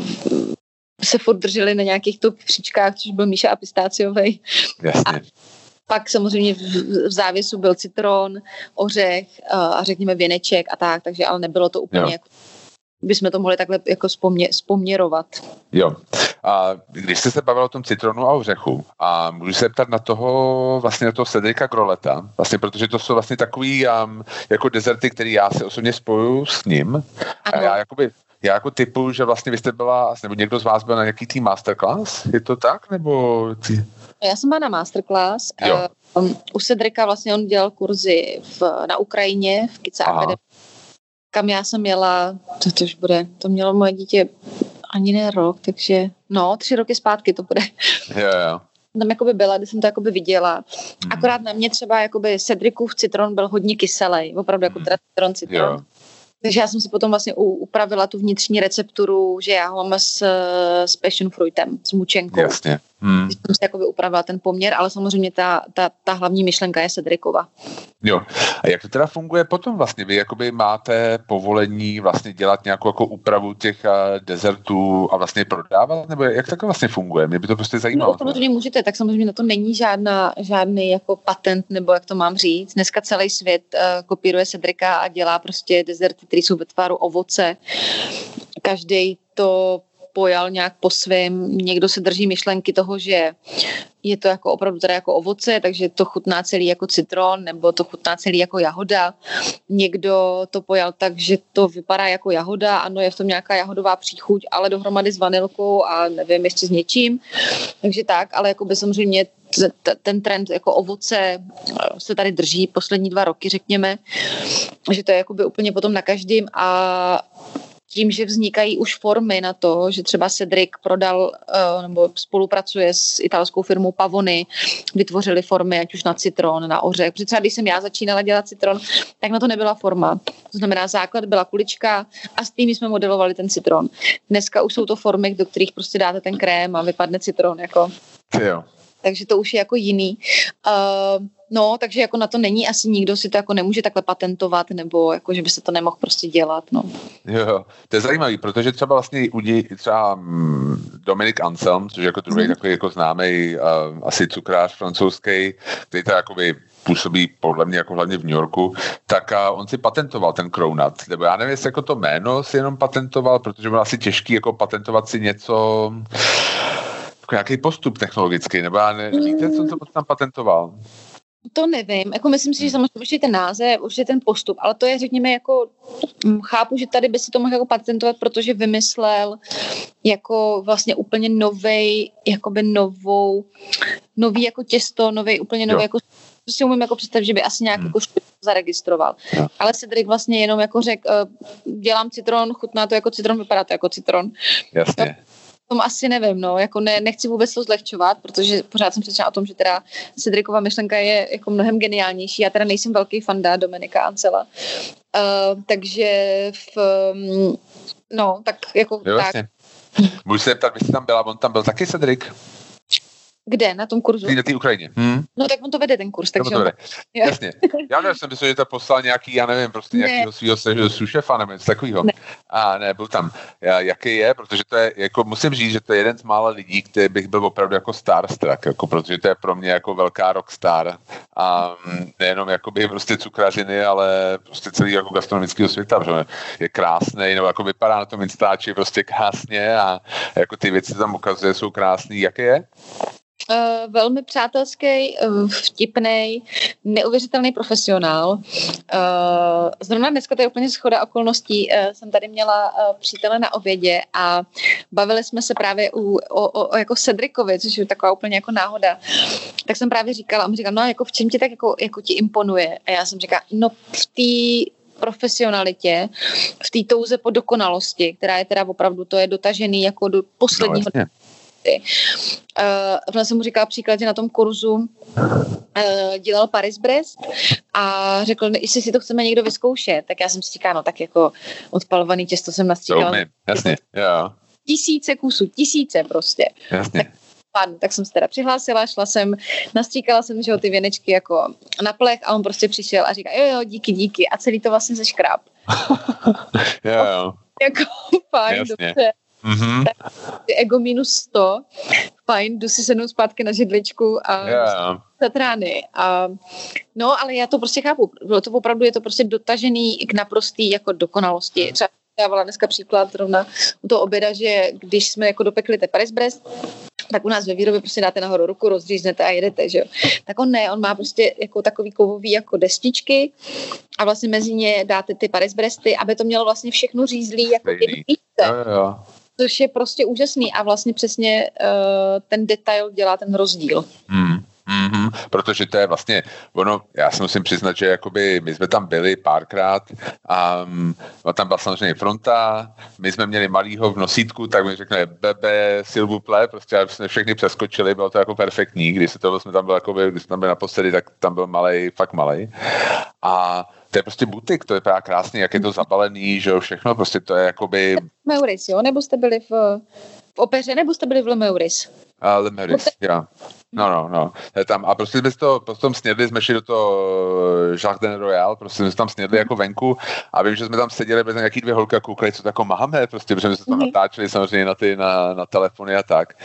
se furt drželi na nějakých top příčkách, což byl Míša a pistáciovej. Jasně. A pak samozřejmě v, v závěsu byl citron, ořech uh, a řekněme věneček a tak, takže ale nebylo to úplně, jako, bychom to mohli takhle jako spomě, spoměrovat. Jo. A když jste se bavil o tom citronu a ořechu, a můžu se ptat na toho, vlastně na toho Cedrika Groleta, vlastně, protože to jsou vlastně takový um, jako dezerty, který já se osobně spojuju s ním. Ano. A já jakoby Já jako typu, že vlastně vy jste byla, nebo někdo z vás byl na nějaký tým masterclass, je to tak, nebo... Já jsem byla na masterclass, um, u Cedrika vlastně on dělal kurzy v, na Ukrajině, v Kica Academy, kam já jsem jela, to, to už bude, to mělo moje dítě ani ne rok, takže no, tři roky zpátky to bude. Jo, jo. Tam jakoby byla, když jsem to jakoby viděla. Hmm. Akorát na mě třeba jakoby Cedrikův citron byl hodně kyselej, opravdu jako teda citron, citron. Jo. Takže já jsem si potom vlastně upravila tu vnitřní recepturu, že já ho mám s, s passion fruitem, s mučenkou. Jasně. Hmm. Jsem si jakoby upravila ten poměr, ale samozřejmě ta, ta, ta hlavní myšlenka je Cedrikova. Jo. A jak to teda funguje potom vlastně? Vy jakoby máte povolení vlastně dělat nějakou jako úpravu těch uh, dezertů a vlastně prodávat? Nebo jak to vlastně funguje? Mě by to prostě zajímalo. No, samozřejmě můžete, tak samozřejmě na to není žádná, žádný jako patent, nebo jak to mám říct. Dneska celý svět uh, kopíruje Cedrika a dělá prostě dezerty, které jsou ve tvaru ovoce. Každý to pojal nějak po svém. Někdo se drží myšlenky toho, že je to jako opravdu teda jako ovoce, takže to chutná celý jako citron, nebo to chutná celý jako jahoda. Někdo to pojal tak, že to vypadá jako jahoda, ano, je v tom nějaká jahodová příchuť, ale dohromady s vanilkou a nevím, ještě s něčím. Takže tak, ale jako by samozřejmě ten trend jako ovoce se tady drží poslední dva roky, řekněme, že to je jakoby úplně potom na každým a tím, že vznikají už formy na to, že třeba Cedric prodal nebo spolupracuje s italskou firmou Pavony, vytvořili formy, ať už na citron, na ořech. Protože třeba když jsem já začínala dělat citron, tak na to nebyla forma. To znamená, základ byla kulička a s tím jsme modelovali ten citron. Dneska už jsou to formy, do kterých prostě dáte ten krém a vypadne citron. Jako. Jo. Takže to už je jako jiný. Uh, no, takže jako na to není asi nikdo si to jako nemůže takhle patentovat, nebo jako, že by se to nemohl prostě dělat, no. Jo, to je zajímavý, protože třeba vlastně třeba Dominik Anselm, což je jako druhý mm. takový jako známý uh, asi cukrář francouzský, který to jakoby působí podle mě jako hlavně v New Yorku, tak uh, on si patentoval ten Cronut, nebo já nevím, jestli jako to jméno si jenom patentoval, protože bylo asi těžký jako patentovat si něco, jako nějaký postup technologický, nebo já ne, víte, co to tam patentoval? To nevím, jako myslím si, že samozřejmě určitě ten název, určitě ten postup, ale to je, řekněme, jako chápu, že tady by si to mohl jako patentovat, protože vymyslel jako vlastně úplně novej, jakoby novou, nový jako těsto, nový úplně nový, jo. Jako to si umím jako představit, že by asi nějak hmm. jako zaregistroval. Jo. Ale Cedric vlastně jenom jako řekl, uh, dělám citron, chutná to jako citron, vypadá to jako citron. Jasně. No. Tom asi nevím, no, jako ne, nechci vůbec to zlehčovat, protože pořád jsem přesvědčena o tom, že teda Cedricova myšlenka je jako mnohem geniálnější. Já teda nejsem velký fanda Dominika Ancela, uh, takže v, um, no, tak jako jo, tak. Vlastně. Můžu se ptat, vy jste tam byla, on tam byl taky Cedric? Kde? Na tom kurzu? Na té Ukrajině. Hmm? No tak on to vede ten kurz, takže... To vede. Jasně. Já nevím, jsem myslel, že to poslal nějaký, já nevím, prostě nějakýho svýho sušefa nebo něco takového. Ne. A ne, byl tam. Jaký je, protože to je, jako musím říct, že to je jeden z mála lidí, který bych byl opravdu jako starstruck, jako, protože to je pro mě jako velká rockstar. A nejenom jakoby prostě cukrařiny, ale prostě celý jako gastronomického světa, protože je krásný, nebo jako vypadá na tom Instači prostě krásně a jako ty věci tam ukazuje, jsou krásný. Jaký je? Uh, velmi přátelský, uh, vtipnej, neuvěřitelný profesionál. Uh, zrovna dneska to je úplně shoda okolností. Uh, jsem tady měla uh, přítele na obědě a bavili jsme se právě u, o, o, o jako Cedricovi, což je taková úplně jako náhoda. Tak jsem právě říkala, a on říkal, no jako v čem ti tak jako, jako ti imponuje? A já jsem říkala, no v té profesionalitě, v té touze po dokonalosti, která je teda opravdu, to je dotažený jako do posledního... No, Uh, jsem mu říkala příklad, že na tom kurzu uh, dělal Paris-Brest a řekl, jestli si to chceme někdo vyzkoušet, tak já jsem si říkala, no tak jako odpalovaný těsto jsem nastříkala. So jasně, jo. Tisíce kusů, tisíce prostě. Jasně. Tak, tak jsem se teda přihlásila, šla jsem, nastříkala jsem, že ho ty věnečky jako na plech a on prostě přišel a říká, jo, jo, díky, díky a celý to vlastně zeškráb. Jo, jo. Jako fajn, jasně. Dobře. Mm-hmm. Ego minus sto, fajn, jdu si sednout zpátky na židličku a yeah. zatrány. A, no, ale já to prostě chápu. Bylo to opravdu, je to prostě dotažený k naprostý jako dokonalosti. Třeba dávala dneska příklad zrovna u toho oběda, že když jsme jako dopekli ten Paris-Brest, tak u nás ve výrobě prostě dáte nahoru ruku, rozříznete a jedete, že jo. Tak on ne, on má prostě jako takový kovový jako destičky a vlastně mezi ně dáte ty Paris-Bresty, aby to mělo vlastně všechno řízlý jako jedno místce. Jo, jo. Což je prostě úžasný a vlastně přesně uh, ten detail dělá ten rozdíl. Hmm. Mm-hmm, protože to je vlastně, ono, já si musím přiznat, že jakoby my jsme tam byli párkrát a um, tam byla samozřejmě fronta, my jsme měli malýho v nosítku, tak mi řekne bebe, s'il vous plaît, prostě jsme všechny přeskočili, bylo to jako perfektní, když se to jsme tam byli, jakoby, když jsme tam byli naposledy, tak tam byl malej, fakt malej a to je prostě butik, to je právě krásný, jak je to zabalený, že jo, všechno, prostě to je jakoby... Meuris, jo? Nebo jste byli v, v opeře, nebo jste byli v Le Meuris? Uh, Le Meuris, jo. No, no, no. Tam, a prostě jsme to, potom snědli, jsme šli do toho Jardin Royal, prostě jsme tam snědli jako venku a vím, že jsme tam seděli, bez nějaký dvě holky a koukali, co to jako máme, prostě, protože jsme se tam mm-hmm. natáčeli samozřejmě na ty, na, na telefony a tak.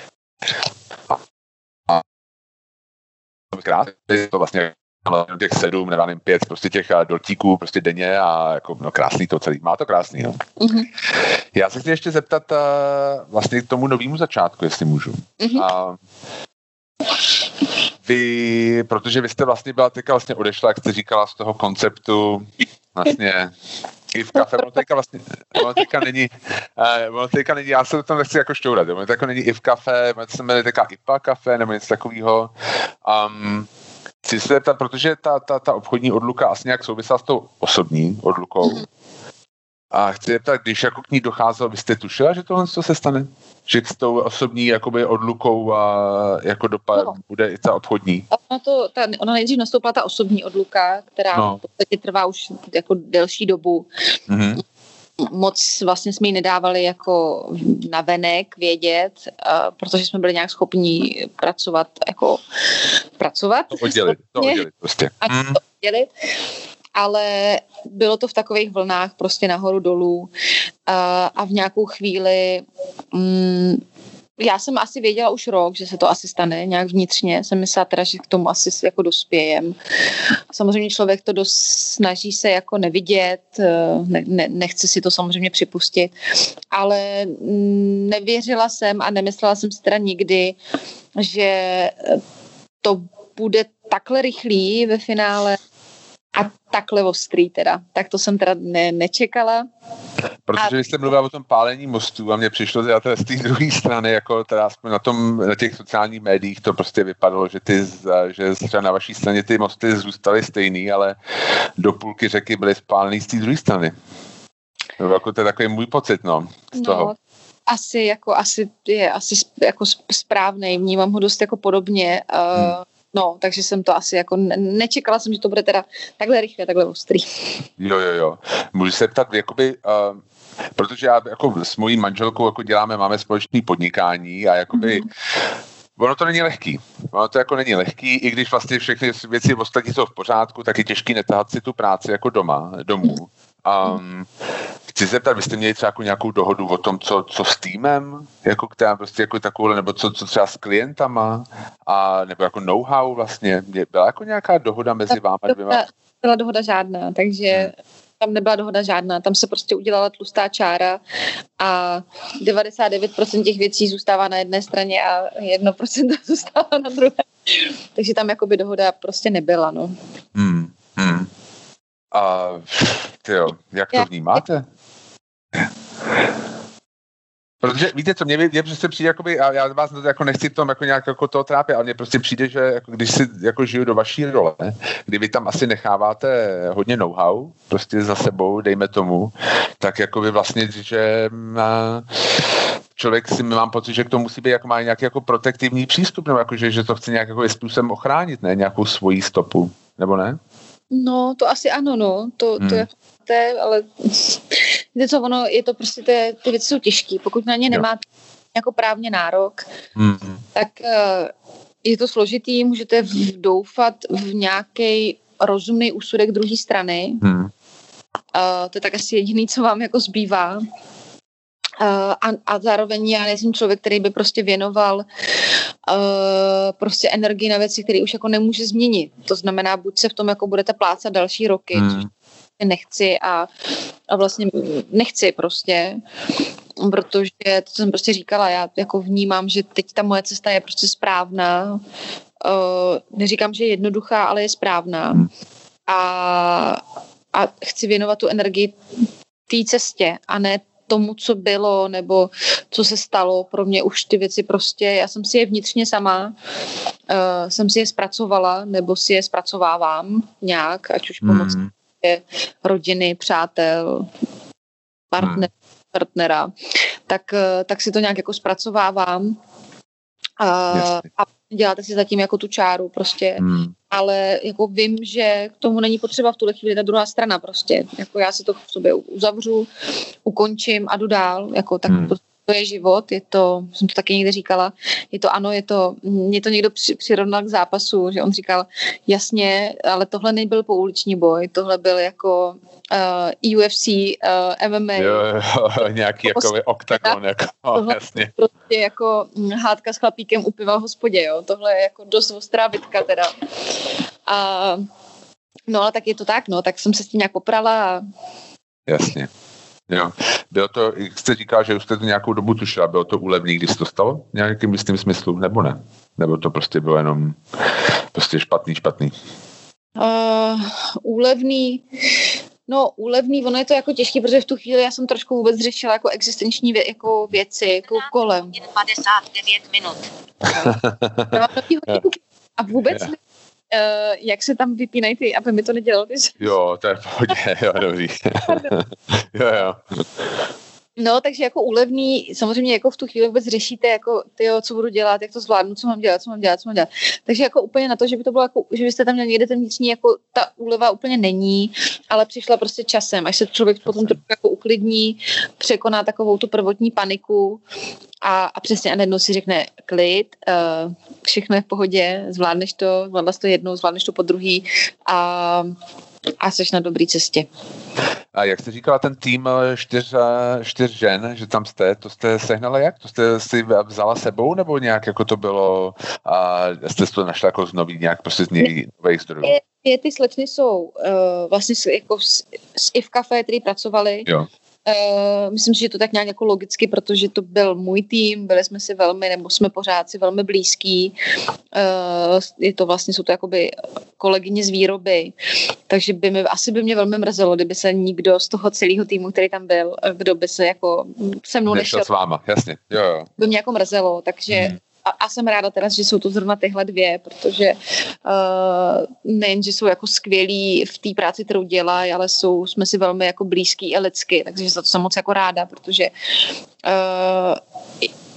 A krásně, to vlastně těch sedm, nevím, pět, prostě těch dortíků prostě denně a jako, no krásný to celý, má to krásný, no. Mm-hmm. Já se chci ještě zeptat uh, vlastně k tomu novému začátku, jestli můžu. Mm-hmm. A vy, protože vy jste vlastně byla teďka vlastně odešla, jak jste říkala, z toho konceptu vlastně i v kafe, ono teďka vlastně, ono teďka není, uh, ono teďka není, já se o tom nechci jako šťourat, ono teďka není i v kafe, ono se jmenuje teďka I P A kafe, nebo něco takového. Um, Chci se zeptat, protože ta, ta, ta obchodní odluka asi nějak souvisela s tou osobní odlukou. Mm-hmm. A chci se zeptat, když jako k ní docházelo, vy jste tušila, že tohle se stane? Že s tou osobní jakoby odlukou a jako dopad no. bude i ta obchodní? Ona, to, ta, ona nejdřív nastoupila ta osobní odluka, která no. v podstatě trvá už jako delší dobu. Mm-hmm. Moc vlastně jsme ji nedávali jako navenek vědět, uh, protože jsme byli nějak schopní pracovat, jako pracovat. To oddělit, to oddělit prostě. A mm. to oddělit. Ale bylo to v takových vlnách prostě nahoru dolů uh, a v nějakou chvíli um, já jsem asi věděla už rok, že se to asi stane nějak vnitřně. Jsem myslela teda, že k tomu asi jako dospějem. Samozřejmě člověk to dost snaží se jako nevidět, ne, ne, nechce si to samozřejmě připustit, ale nevěřila jsem a nemyslela jsem si teda nikdy, že to bude takhle rychlý ve finále a takhle ostrý teda. Tak to jsem teda ne, nečekala. Protože vy jste mluvila o tom pálení mostů a mně přišlo teda z té druhé strany, jako teda aspoň na, tom, na těch sociálních médiích to prostě vypadalo, že, ty, že třeba na vaší straně ty mosty zůstaly stejný, ale do půlky řeky byly spálený z té druhé strany. Jako to je takový můj pocit, no, z toho. No. Asi, jako, asi je asi jako správnej, vnímám ho dost jako podobně. Uh, hmm. No, takže jsem to asi jako nečekala jsem, že to bude teda takhle rychle, takhle ostrý. Jo, jo, jo. Můžu se ptat, jakoby, uh, protože já jako s mojí manželkou jako děláme, máme společné podnikání a jakoby mm-hmm. ono to není lehký. Ono to jako není lehký, i když vlastně všechny věci ostatní jsou v pořádku, tak je těžký netahat si tu práci jako doma, domů. Um, chci se zeptat, vy jste měli třeba jako nějakou dohodu o tom, co, co s týmem, jako která prostě jako takovou, nebo co, co třeba s klientama, a nebo jako know-how vlastně, byla jako nějaká dohoda mezi váma dvěma? Byla dohoda žádná, takže hmm. tam nebyla dohoda žádná, tam se prostě udělala tlustá čára a devadesát devět procent těch věcí zůstává na jedné straně a jedno procento zůstává na druhé. Takže tam jakoby dohoda prostě nebyla, no. Hmm, hmm. A tyjo, jak to vnímáte? Protože víte co, mě, mě prostě přijde, jakoby, a já vás jako nechci v tom jako nějak jako toho trápit, ale mně prostě přijde, že jako když si jako žiju do vaší role, kdy vy tam asi necháváte hodně know-how prostě za sebou, dejme tomu, tak jako vy vlastně, že člověk si mám pocit, že k tomu musí být jako má nějaký jako protektivní přístup, nebo jako, že, že to chce nějak jako způsobem ochránit, ne? Nějakou svoji stopu, nebo ne? No, to asi ano, no. To, hmm. to je to, ale víte co, ono, je to prostě, ty, ty věci jsou těžký. Pokud na ně nemáte jako právně nárok, hmm. tak uh, je to složitý, můžete doufat v nějaký rozumný úsudek druhé strany. Hmm. Uh, to je tak asi jediný, co vám jako zbývá. Uh, a, a zároveň já nejsem člověk, který by prostě věnoval uh, prostě energii na věci, které už jako nemůže změnit. To znamená, buď se v tom jako budete plácat další roky, hmm. což nechci a, a vlastně nechci prostě, protože to jsem prostě říkala, já jako vnímám, že teď ta moje cesta je prostě správná. Uh, neříkám, že je jednoduchá, ale je správná. A, a chci věnovat tu energii té cestě a ne tomu, co bylo, nebo co se stalo. Pro mě už ty věci prostě, já jsem si je vnitřně sama, uh, jsem si je zpracovala, nebo si je zpracovávám nějak, ať už pomocí mm. rodiny, přátel, partner, mm. partnera, tak, tak si to nějak jako zpracovávám uh, a děláte si zatím jako tu čáru prostě, mm. ale jako vím, že k tomu není potřeba v tuhle chvíli ta druhá strana prostě, jako já si to v sobě uzavřu, ukončím a jdu dál, jako tak mm. to je život, je to, jsem to taky někde říkala, je to ano, je to, mě to někdo při, přirovnal k zápasu, že on říkal, jasně, ale tohle nebyl pouliční boj, tohle byl jako uh, U F C, uh, M M A. Jo, jo, nějaký jako oktagon, jako, tohle jasně. Prostě jako hádka s chlapíkem u piva v hospodě, jo, tohle je jako dost ostrá bitka teda. A, no ale tak je to tak, no, tak jsem se s tím nějak poprala a... Jasně. Jo. Bylo to, jste říkal, že už jste to nějakou dobu tušila, bylo to úlevný, když to stalo? Nějakým jistým smyslu, nebo ne? Nebo to prostě bylo jenom prostě špatný, špatný? Uh, úlevný, no úlevný, ono je to jako těžký, protože v tu chvíli já jsem trošku vůbec řešila jako existenční vě, jako věci, jako kolem. padesát devět minut. A vůbec ne. Uh, jak se tam vypínají ty, aby mi to nedělalo ty... Jo, to je v pohodě, jo, dobrý. jo, jo. No, takže jako úlevný, samozřejmě jako v tu chvíli vůbec řešíte, jako tyjo, co budu dělat, jak to zvládnu, co mám dělat, co mám dělat, co mám dělat. Takže jako úplně na to, že by to bylo jako, že byste tam měli někde ten vnitřní, jako ta úleva úplně není, ale přišla prostě časem, až se člověk časem. Potom trochu jako uklidní, překoná takovou tu prvotní paniku a, a přesně a najednou si řekne klid, uh, všechno je v pohodě, zvládneš to, zvládla jsi to jednou, zvládneš to po druhý a a jsi na dobré cestě. A jak jste říkala, ten tým čtyř, čtyř žen, že tam jste, to jste sehnala jak? To jste si vzala sebou, nebo nějak jako to bylo a jste to našla jako z nový, nějak prostě z nových zdrojů? Je, ty slečny jsou uh, vlastně s, jako s, s I V Café, který pracovali. Jo. Uh, myslím si, že to tak nějak jako logicky, protože to byl můj tým, byli jsme si velmi, nebo jsme pořád si velmi blízký. Uh, je to vlastně, jsou to jakoby kolegyně z výroby, takže by mi, asi by mě velmi mrzelo, kdyby se nikdo z toho celého týmu, který tam byl, kdo by se jako se mnou nešel. Nešel s váma, jasně. Jo, jo. By mě jako mrzelo, takže hmm. A, a jsem ráda teda, že jsou to zrovna tyhle dvě, protože uh, nejen, že jsou jako skvělí v té práci, kterou dělají, ale jsou, jsme si velmi jako blízký a lidsky, takže za to jsem moc jako ráda, protože uh,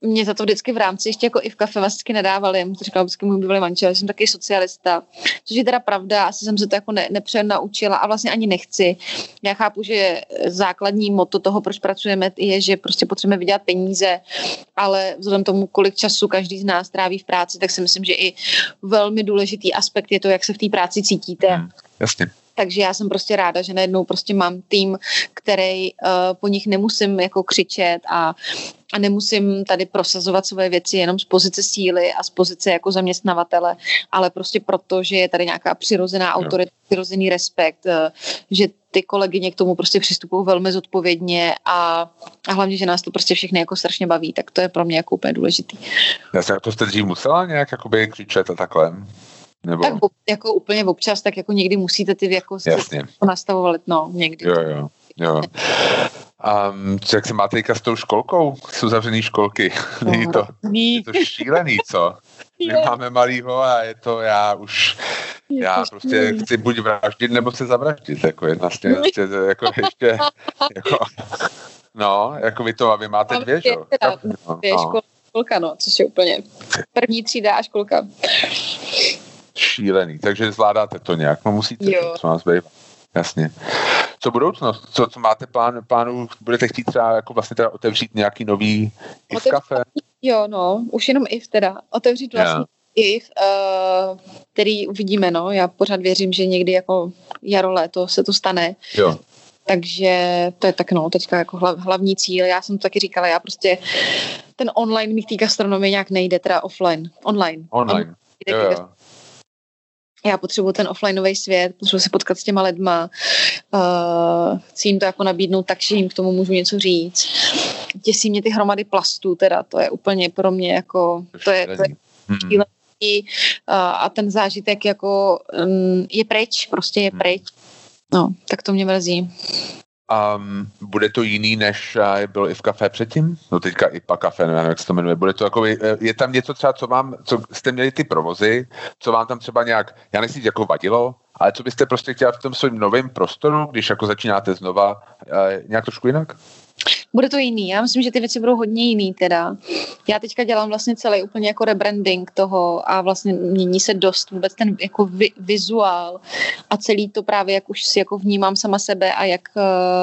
mě za to vždycky v rámci ještě jako i v kafe vlastně nedávali, já mu to říkal vždycky můj bývalý manžel, jsem taky socialista, což je teda pravda, asi jsem se to jako ne, nepře naučila a vlastně ani nechci. Já chápu, že základní motto toho, proč pracujeme, je, že prostě potřebujeme vydělat peníze, ale vzhledem tomu, kolik času každý z nás tráví v práci, tak si myslím, že i velmi důležitý aspekt je to, jak se v té práci cítíte. Hmm, jasně. Takže já jsem prostě ráda, že najednou prostě mám tým, který uh, po nich nemusím jako křičet a, a nemusím tady prosazovat svoje věci jenom z pozice síly a z pozice jako zaměstnavatele, ale prostě proto, že je tady nějaká přirozená autorita, přirozený respekt, uh, že ty kolegyně k tomu prostě přistupují velmi zodpovědně a, a hlavně, že nás to prostě všechny jako strašně baví, tak to je pro mě jako úplně důležitý. Já jsem to jste dřív musela nějak jakoby křičet a takhle? Nebo... Tak jako úplně občas, tak jako někdy musíte ty jako nastavovat, no, někdy. Jo, jo, jo. Um, co, jak se máte teďka s tou školkou? S uzavřený školky? Není to, je to šílený, co? My máme malýho a je to, já už, je já prostě šílený. Chci buď vraždit, nebo se zavraždit, jako jedna z těch, jako ještě, jako, no, jako vy to, a vy máte dvě, že jo? Dvě školka, školka, no, což je úplně první třída a školka. Šílený, takže zvládáte to nějak, no musíte, jo. Co nás bývá. Jasně. Co budoucnost? Co, co máte plán, plánu? Budete chtít třeba jako vlastně teda otevřít nějaký nový I V kafe? Jo, no, už jenom I V teda. Otevřít vlastně yeah. I V, uh, který uvidíme, no. Já pořád věřím, že někdy jako jaro, léto se to stane. Jo. Takže to je tak, no, teďka jako hlav, hlavní cíl. Já jsem to taky říkala, já prostě ten online mít té gastronomie nějak nejde, teda offline. Online. Online. Jo, jo. Já potřebuji ten offlineový svět, potřebuji se potkat s těma lidma, uh, chci jim to jako nabídnout tak, že jim k tomu můžu něco říct. Děsí mě ty hromady plastů, teda to je úplně pro mě jako, to je, to je šílený uh, a ten zážitek jako um, je pryč, prostě je pryč. No, tak to mě mrzí. Um, bude to jiný, než uh, bylo i v kafe předtím? No teďka i pa kafe, nevím, jak se to jmenuje. Bude to jako, je tam něco třeba, co vám, co jste měli ty provozy, co vám tam třeba nějak, já nechci říct, jako vadilo, ale co byste prostě chtěla v tom svém novém prostoru, když jako začínáte znova, uh, nějak trošku jinak? Bude to jiný. Já myslím, že ty věci budou hodně jiný teda. Já teďka dělám vlastně celý úplně jako rebranding toho a vlastně mění se dost vůbec ten jako vi, vizuál a celý to právě, jak už si jako vnímám sama sebe a jak,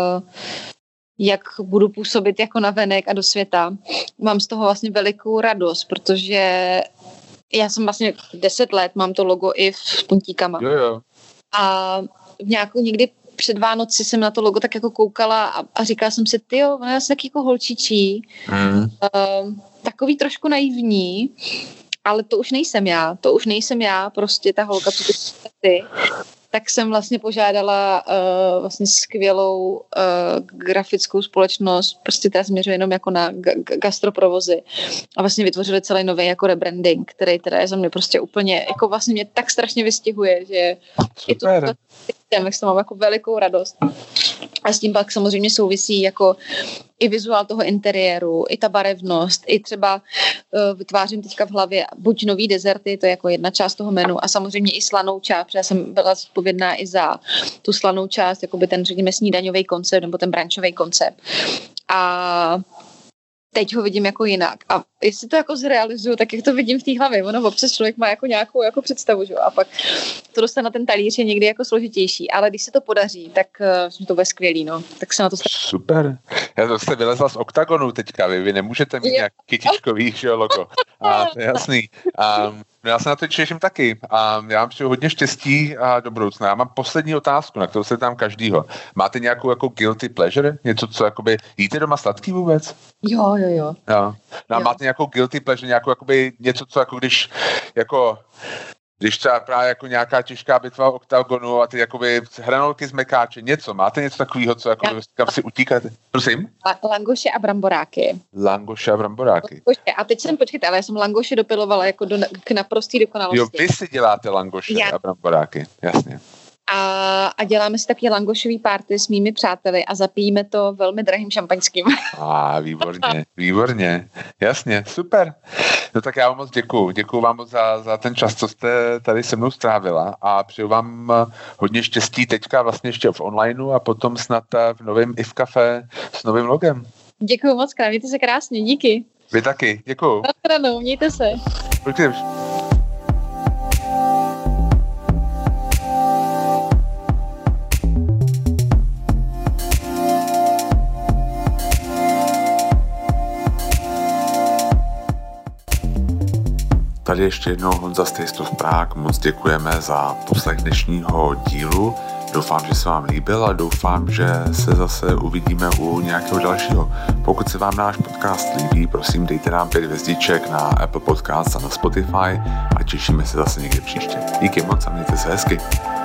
jak budu působit jako na venek a do světa. Mám z toho vlastně velikou radost, protože já jsem vlastně deset let, mám to logo I V s puntíkama. Jo, jo. A v nějakou někdy před Vánoci jsem na to logo tak jako koukala a, a říkala jsem si, tyjo, ona je tak jako holčičí, mm. uh, takový trošku naivní, ale to už nejsem já, to už nejsem já, prostě ta holka, co ty, tak jsem vlastně požádala uh, vlastně skvělou uh, grafickou společnost, prostě teda směřuje jenom jako na g- gastroprovozy a vlastně vytvořili celý nový jako rebranding, který teda je za mě prostě úplně, jako vlastně mě tak strašně vystihuje, že super. Je to jak s tom mám jako velikou radost. A s tím pak samozřejmě souvisí jako i vizuál toho interiéru, i ta barevnost, i třeba uh, vytvářím teďka v hlavě buď nový dezerty, to je jako jedna část toho menu a samozřejmě i slanou část, protože já jsem byla zodpovědná i za tu slanou část, jakoby ten, řekněme, snídaňový koncept nebo ten brančový koncept. A teď ho vidím jako jinak. A jestli to jako zrealizuju, tak jak to vidím v té hlavě. Ono občas člověk má jako nějakou jako představu, že? A pak to dostane na ten talíř je někdy jako složitější. Ale když se to podaří, tak uh, to bude skvělý, no. Tak se na to staví. Super. Já to jste vylezla z oktagonu teďka, vy, vy nemůžete mít nějaký kytičkový logo. A to je jasný. Um, no já se na to těším taky. A já vám přeju hodně štěstí a do budoucna. Já mám poslední otázku, na kterou se tam každýho. Máte nějakou jako guilty pleasure? Něco, co jakoby, jíte doma sladký vůbec? Jo, jo, jo. Jo. No a máte nějakou guilty pleasure, nějakou jakoby něco, co jako když jako když třeba právě jako nějaká těžká bitva oktagonu a ty jakoby hranolky z mekáče, něco, máte něco takového, co jako kam si utíkáte? Prosím? Langoše a bramboráky. Langoše a bramboráky. Langoše. A teď jsem, počkejte, ale já jsem langoše dopilovala jako do, k naprostý dokonalosti. Jo, vy si děláte langoše já. a bramboráky, jasně. A, a děláme si taky langošový party s mými přáteli a zapijíme to velmi drahým šampaňským. A ah, výborně, výborně. Jasně, super. No tak já vám moc děkuju. Děkuju vám moc za, za ten čas, co jste tady se mnou strávila a přeju vám hodně štěstí teďka vlastně ještě v onlineu a potom snad v novém I V kafe s novým logem. Děkuju moc, mějte se krásně, díky. Vy taky, děkuju. Naschledanou, mějte se. Děkuji. Tady ještě jednou Honza z Taste of Prague, moc děkujeme za poslech dnešního dílu. Doufám, že se vám líbil a doufám, že se zase uvidíme u nějakého dalšího. Pokud se vám náš podcast líbí, prosím dejte nám pět hvězdiček na Apple Podcast a na Spotify a těšíme se zase někdy příště. Díky moc a mějte se hezky.